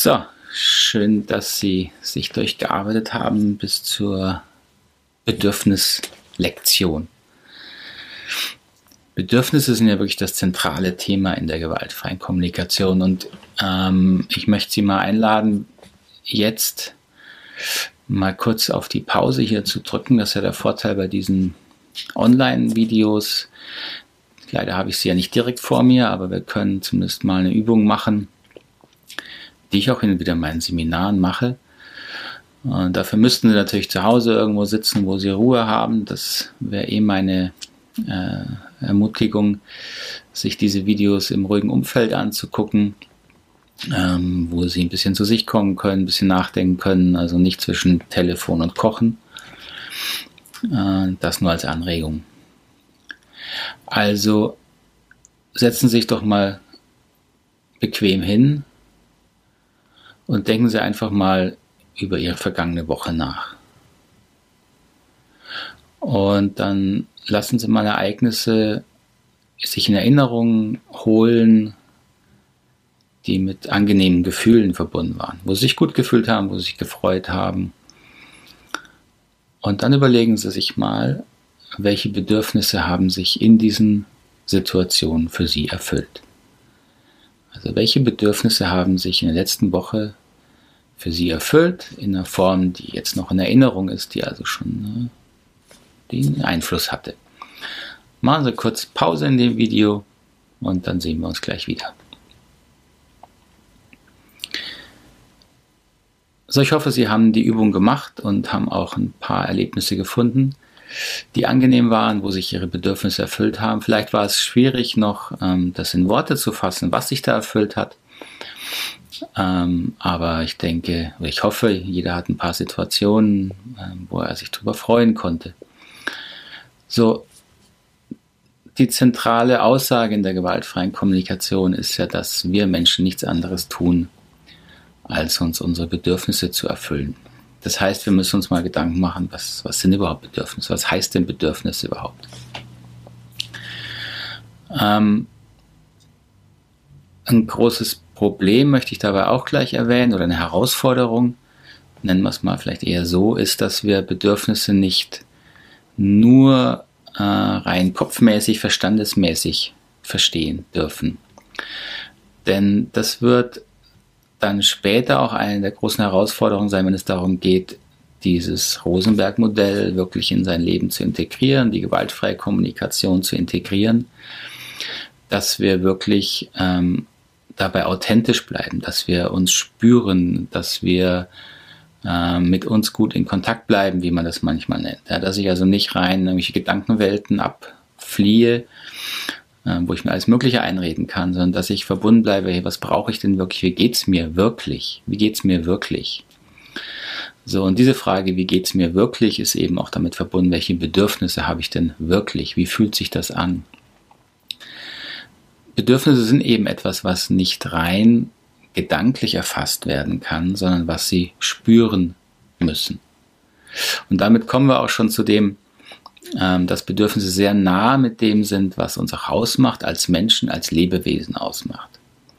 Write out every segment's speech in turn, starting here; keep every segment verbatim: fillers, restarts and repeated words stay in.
So, schön, dass Sie sich durchgearbeitet haben bis zur Bedürfnislektion. Bedürfnisse sind ja wirklich das zentrale Thema in der gewaltfreien Kommunikation und ähm, ich möchte Sie mal einladen, jetzt mal kurz auf die Pause hier zu drücken. Das ist ja der Vorteil bei diesen Online-Videos. Leider habe ich sie ja nicht direkt vor mir, aber wir können zumindest mal eine Übung machen, die ich auch hin und wieder in meinen Seminaren mache. Und dafür müssten Sie natürlich zu Hause irgendwo sitzen, wo Sie Ruhe haben. Das wäre eh meine äh, Ermutigung, sich diese Videos im ruhigen Umfeld anzugucken, ähm, wo Sie ein bisschen zu sich kommen können, ein bisschen nachdenken können, also nicht zwischen Telefon und Kochen. Äh, das nur als Anregung. Also setzen Sie sich doch mal bequem hin und denken Sie einfach mal über Ihre vergangene Woche nach. Und dann lassen Sie mal Ereignisse sich in Erinnerung holen, die mit angenehmen Gefühlen verbunden waren, wo Sie sich gut gefühlt haben, wo Sie sich gefreut haben. Und dann überlegen Sie sich mal, welche Bedürfnisse haben sich in diesen Situationen für Sie erfüllt. Also welche Bedürfnisse haben sich in der letzten Woche für Sie erfüllt, in einer Form, die jetzt noch in Erinnerung ist, die also schon äh, den Einfluss hatte. Machen Sie kurz Pause in dem Video und dann sehen wir uns gleich wieder. So, ich hoffe, Sie haben die Übung gemacht und haben auch ein paar Erlebnisse gefunden, die angenehm waren, wo sich Ihre Bedürfnisse erfüllt haben. Vielleicht war es schwierig noch, ähm, das in Worte zu fassen, was sich da erfüllt hat. Ähm, aber ich denke, oder ich hoffe, jeder hat ein paar Situationen, ähm, wo er sich darüber freuen konnte. So, die zentrale Aussage in der gewaltfreien Kommunikation ist ja, dass wir Menschen nichts anderes tun, als uns unsere Bedürfnisse zu erfüllen. Das heißt, wir müssen uns mal Gedanken machen, was, was sind überhaupt Bedürfnisse? Was heißt denn Bedürfnisse überhaupt? Ähm, ein großes Problem möchte ich dabei auch gleich erwähnen oder eine Herausforderung, nennen wir es mal vielleicht eher so, ist, dass wir Bedürfnisse nicht nur äh, rein kopfmäßig, verstandesmäßig verstehen dürfen. Denn das wird dann später auch eine der großen Herausforderungen sein, wenn es darum geht, dieses Rosenberg-Modell wirklich in sein Leben zu integrieren, die gewaltfreie Kommunikation zu integrieren, dass wir wirklich ähm, dabei authentisch bleiben, dass wir uns spüren, dass wir äh, mit uns gut in Kontakt bleiben, wie man das manchmal nennt. Ja, dass ich also nicht rein in irgendwelche Gedankenwelten abfliehe, äh, wo ich mir alles Mögliche einreden kann, sondern dass ich verbunden bleibe, hey, was brauche ich denn wirklich, wie geht's mir wirklich, wie geht's mir wirklich? So, und diese Frage, wie geht's mir wirklich, ist eben auch damit verbunden, welche Bedürfnisse habe ich denn wirklich, wie fühlt sich das an? Bedürfnisse sind eben etwas, was nicht rein gedanklich erfasst werden kann, sondern was Sie spüren müssen. Und damit kommen wir auch schon zu dem, ähm, dass Bedürfnisse sehr nah mit dem sind, was uns auch ausmacht, als Menschen, als Lebewesen ausmacht.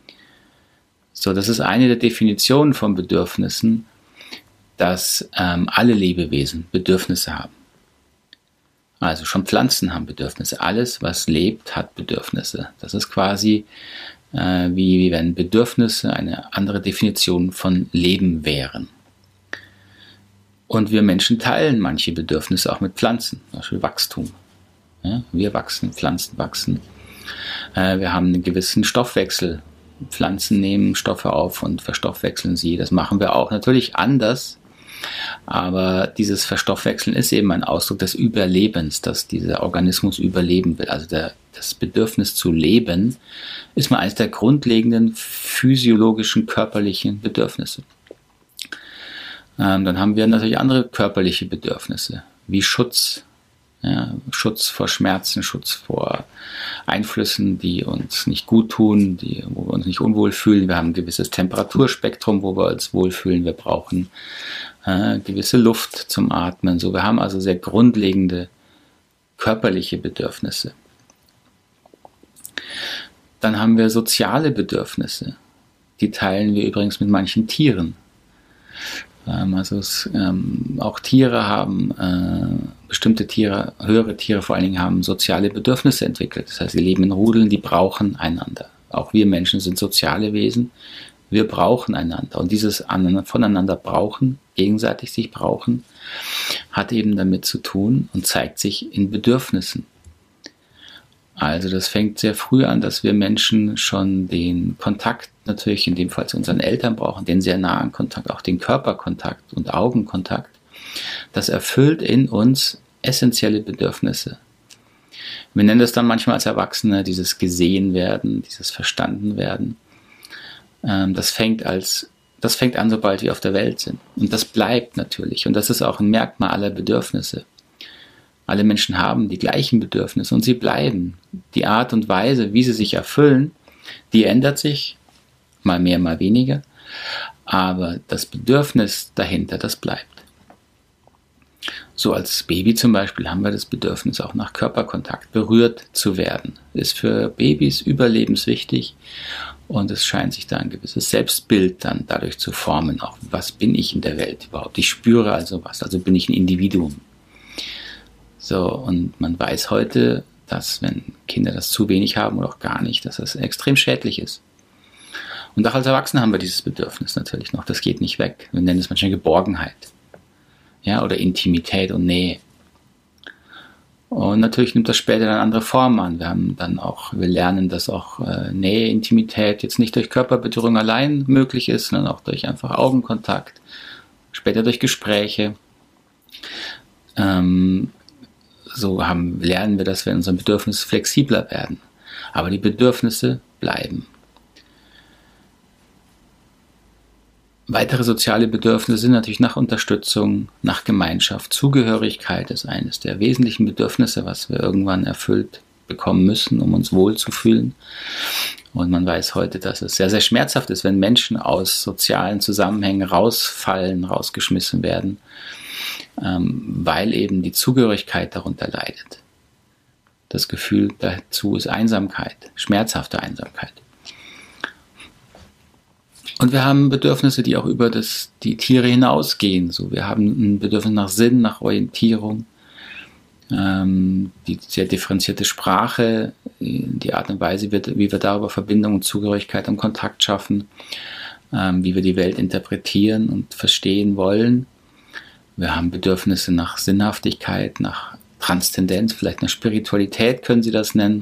So, das ist eine der Definitionen von Bedürfnissen, dass ähm, alle Lebewesen Bedürfnisse haben. Also schon Pflanzen haben Bedürfnisse. Alles, was lebt, hat Bedürfnisse. Das ist quasi äh, wie, wie wenn Bedürfnisse eine andere Definition von Leben wären. Und wir Menschen teilen manche Bedürfnisse auch mit Pflanzen, zum Beispiel Wachstum. Ja, wir wachsen, Pflanzen wachsen. Äh, wir haben einen gewissen Stoffwechsel. Pflanzen nehmen Stoffe auf und verstoffwechseln sie. Das machen wir auch natürlich anders. Aber dieses Verstoffwechseln ist eben ein Ausdruck des Überlebens, dass dieser Organismus überleben will. Also der, das Bedürfnis zu leben ist mal eines der grundlegenden physiologischen, körperlichen Bedürfnisse. Ähm, dann haben wir natürlich andere körperliche Bedürfnisse, wie Schutz. Ja, Schutz vor Schmerzen, Schutz vor Einflüssen, die uns nicht gut tun, die, wo wir uns nicht unwohl fühlen. Wir haben ein gewisses Temperaturspektrum, wo wir uns wohlfühlen. Wir brauchen äh, gewisse Luft zum Atmen. So, wir haben also sehr grundlegende körperliche Bedürfnisse. Dann haben wir soziale Bedürfnisse. die teilen wir übrigens mit manchen Tieren. Ähm, also es, ähm, auch Tiere haben, äh, bestimmte Tiere, höhere Tiere vor allen Dingen haben soziale Bedürfnisse entwickelt. Das heißt, sie leben in Rudeln, die brauchen einander. Auch wir Menschen sind soziale Wesen. Wir brauchen einander. Und dieses voneinander brauchen, gegenseitig sich brauchen, hat eben damit zu tun und zeigt sich in Bedürfnissen. Also das fängt sehr früh an, dass wir Menschen schon den Kontakt natürlich in dem Fall zu unseren Eltern brauchen, den sehr nahen Kontakt, auch den Körperkontakt und Augenkontakt. Das erfüllt in uns essentielle Bedürfnisse. Wir nennen das dann manchmal als Erwachsene dieses gesehen werden, dieses verstanden werden. Das fängt als, das fängt an, sobald wir auf der Welt sind. Und das bleibt natürlich. Und das ist auch ein Merkmal aller Bedürfnisse. Alle Menschen haben die gleichen Bedürfnisse und sie bleiben. Die Art und Weise, wie sie sich erfüllen, die ändert sich, mal mehr, mal weniger. Aber das Bedürfnis dahinter, das bleibt. So als Baby zum Beispiel haben wir das Bedürfnis auch nach Körperkontakt, berührt zu werden. Ist für Babys überlebenswichtig. Und es scheint sich da ein gewisses Selbstbild dann dadurch zu formen. Auch was bin ich in der Welt überhaupt? Ich spüre also was, also bin ich ein Individuum. So, und man weiß heute, dass wenn Kinder das zu wenig haben oder auch gar nicht, dass das extrem schädlich ist. Und auch als Erwachsene haben wir dieses Bedürfnis natürlich noch. Das geht nicht weg. Wir nennen es manchmal Geborgenheit. Ja, oder Intimität und Nähe. Und natürlich nimmt das später dann andere Formen an. Wir haben dann auch, wir lernen, dass auch äh, Nähe, Intimität jetzt nicht durch Körperberührung allein möglich ist, sondern auch durch einfach Augenkontakt, später durch Gespräche. Ähm, so haben, lernen wir, dass wir in unseren Bedürfnissen flexibler werden. Aber die Bedürfnisse bleiben. Weitere soziale Bedürfnisse sind natürlich nach Unterstützung, nach Gemeinschaft. Zugehörigkeit ist eines der wesentlichen Bedürfnisse, was wir irgendwann erfüllt bekommen müssen, um uns wohlzufühlen. Und man weiß heute, dass es sehr, sehr schmerzhaft ist, wenn Menschen aus sozialen Zusammenhängen rausfallen, rausgeschmissen werden, weil eben die Zugehörigkeit darunter leidet. Das Gefühl dazu ist Einsamkeit, schmerzhafte Einsamkeit. Und wir haben Bedürfnisse, die auch über das, die Tiere hinausgehen. So, wir haben ein Bedürfnis nach Sinn, nach Orientierung, ähm, die sehr differenzierte Sprache, die Art und Weise, wie wir darüber Verbindung und Zugehörigkeit und Kontakt schaffen, ähm, wie wir die Welt interpretieren und verstehen wollen. Wir haben Bedürfnisse nach Sinnhaftigkeit, nach Transzendenz, vielleicht nach Spiritualität können Sie das nennen.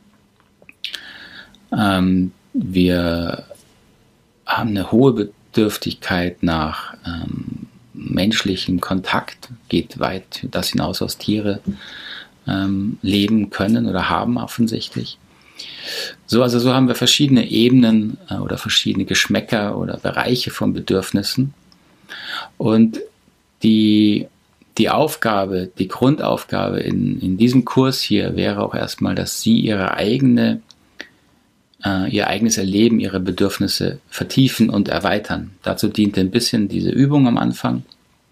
Ähm, wir haben eine hohe Bedürftigkeit nach ähm, menschlichem Kontakt, geht weit das hinaus, was Tiere ähm, leben können oder haben offensichtlich. So, also so haben wir verschiedene Ebenen äh, oder verschiedene Geschmäcker oder Bereiche von Bedürfnissen. Und die, die Aufgabe, die Grundaufgabe in, in diesem Kurs hier wäre auch erstmal, dass Sie Ihre eigene ihr eigenes Erleben, ihre Bedürfnisse vertiefen und erweitern. Dazu dient ein bisschen diese Übung am Anfang.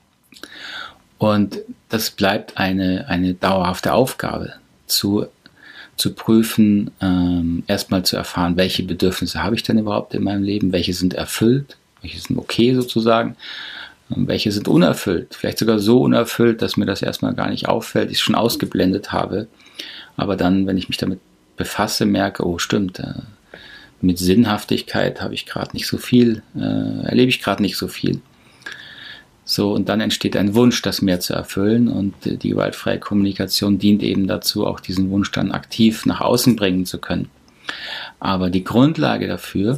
Und das bleibt eine, eine dauerhafte Aufgabe, zu, zu prüfen, ähm, erstmal zu erfahren, welche Bedürfnisse habe ich denn überhaupt in meinem Leben, welche sind erfüllt, welche sind okay sozusagen, und welche sind unerfüllt, vielleicht sogar so unerfüllt, dass mir das erstmal gar nicht auffällt, ich es schon ausgeblendet habe. Aber dann, wenn ich mich damit befasse, merke, oh stimmt, äh, mit Sinnhaftigkeit habe ich gerade nicht so viel, äh, erlebe ich gerade nicht so viel. So, und dann entsteht ein Wunsch, das mehr zu erfüllen, und äh, die gewaltfreie Kommunikation dient eben dazu, auch diesen Wunsch dann aktiv nach außen bringen zu können. Aber die Grundlage dafür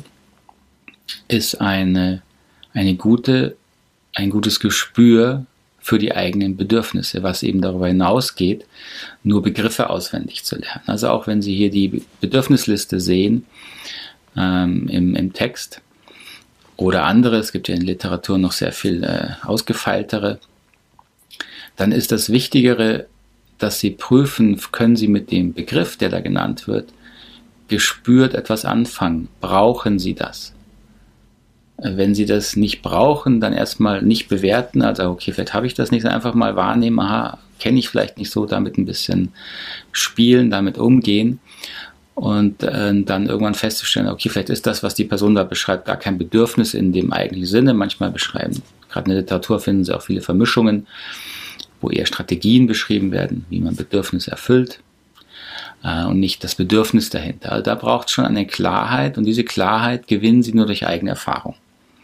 ist eine, eine gute, ein gutes Gespür für die eigenen Bedürfnisse, was eben darüber hinausgeht, nur Begriffe auswendig zu lernen. Also auch wenn Sie hier die Bedürfnisliste sehen, ähm, im, im Text oder andere, es gibt ja in Literatur noch sehr viel äh, ausgefeiltere, dann ist das Wichtigere, dass Sie prüfen, können Sie mit dem Begriff, der da genannt wird, gespürt etwas anfangen. Brauchen Sie das? Wenn Sie das nicht brauchen, dann erstmal nicht bewerten, also okay, vielleicht habe ich das nicht, einfach mal wahrnehmen, aha, kenne ich vielleicht nicht so, damit ein bisschen spielen, damit umgehen. und äh, dann irgendwann festzustellen, okay, vielleicht ist das, was die Person da beschreibt, gar kein Bedürfnis in dem eigentlichen Sinne. Manchmal beschreiben, gerade in der Literatur finden Sie auch viele Vermischungen, wo eher Strategien beschrieben werden, wie man Bedürfnisse erfüllt äh, und nicht das Bedürfnis dahinter. Also da braucht es schon eine Klarheit und diese Klarheit gewinnen Sie nur durch eigene Erfahrung.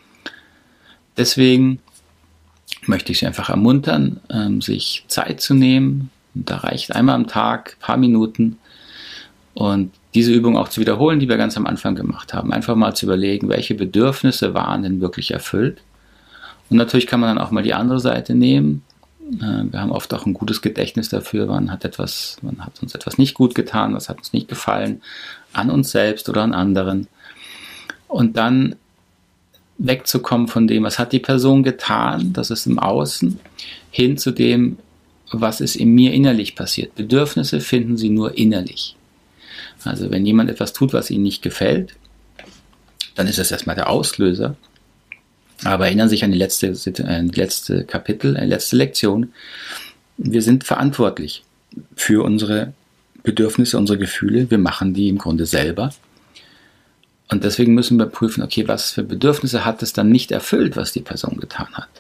Deswegen möchte ich Sie einfach ermuntern, äh, sich Zeit zu nehmen. Und da reicht einmal am Tag ein paar Minuten und diese Übung auch zu wiederholen, die wir ganz am Anfang gemacht haben. Einfach mal zu überlegen, welche Bedürfnisse waren denn wirklich erfüllt. Und natürlich kann man dann auch mal die andere Seite nehmen. Wir haben oft auch ein gutes Gedächtnis dafür, wann hat, etwas, wann hat uns etwas nicht gut getan, was hat uns nicht gefallen, an uns selbst oder an anderen. Und dann wegzukommen von dem, was hat die Person getan, das ist im Außen, hin zu dem, was ist in mir innerlich passiert. Bedürfnisse finden Sie nur innerlich. Also wenn jemand etwas tut, was Ihnen nicht gefällt, dann ist das erstmal der Auslöser. Aber erinnern Sie sich an die letzte, äh, die letzte Kapitel, die letzte Lektion. Wir sind verantwortlich für unsere Bedürfnisse, unsere Gefühle. Wir machen die im Grunde selber. Und deswegen müssen wir prüfen, okay, was für Bedürfnisse hat es dann nicht erfüllt, was die Person getan hat?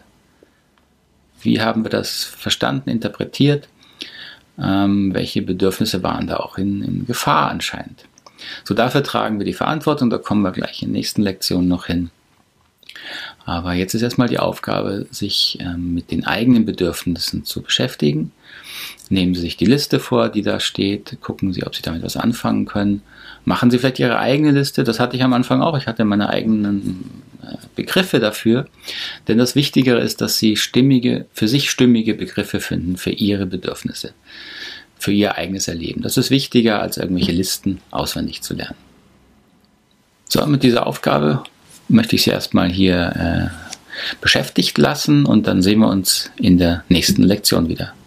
Wie haben wir das verstanden, interpretiert? Ähm, welche Bedürfnisse waren da auch in, in Gefahr anscheinend? So, dafür tragen wir die Verantwortung, da kommen wir gleich in den nächsten Lektionen noch hin. Aber jetzt ist erstmal die Aufgabe, sich ähm, mit den eigenen Bedürfnissen zu beschäftigen. Nehmen Sie sich die Liste vor, die da steht, gucken Sie, ob Sie damit was anfangen können. Machen Sie vielleicht Ihre eigene Liste, das hatte ich am Anfang auch, ich hatte meine eigenen äh, Begriffe dafür, denn das Wichtigere ist, dass Sie stimmige, für sich stimmige Begriffe finden für Ihre Bedürfnisse, für Ihr eigenes Erleben. Das ist wichtiger, als irgendwelche Listen auswendig zu lernen. So, mit dieser Aufgabe möchte ich Sie erstmal hier äh, beschäftigt lassen und dann sehen wir uns in der nächsten Lektion wieder.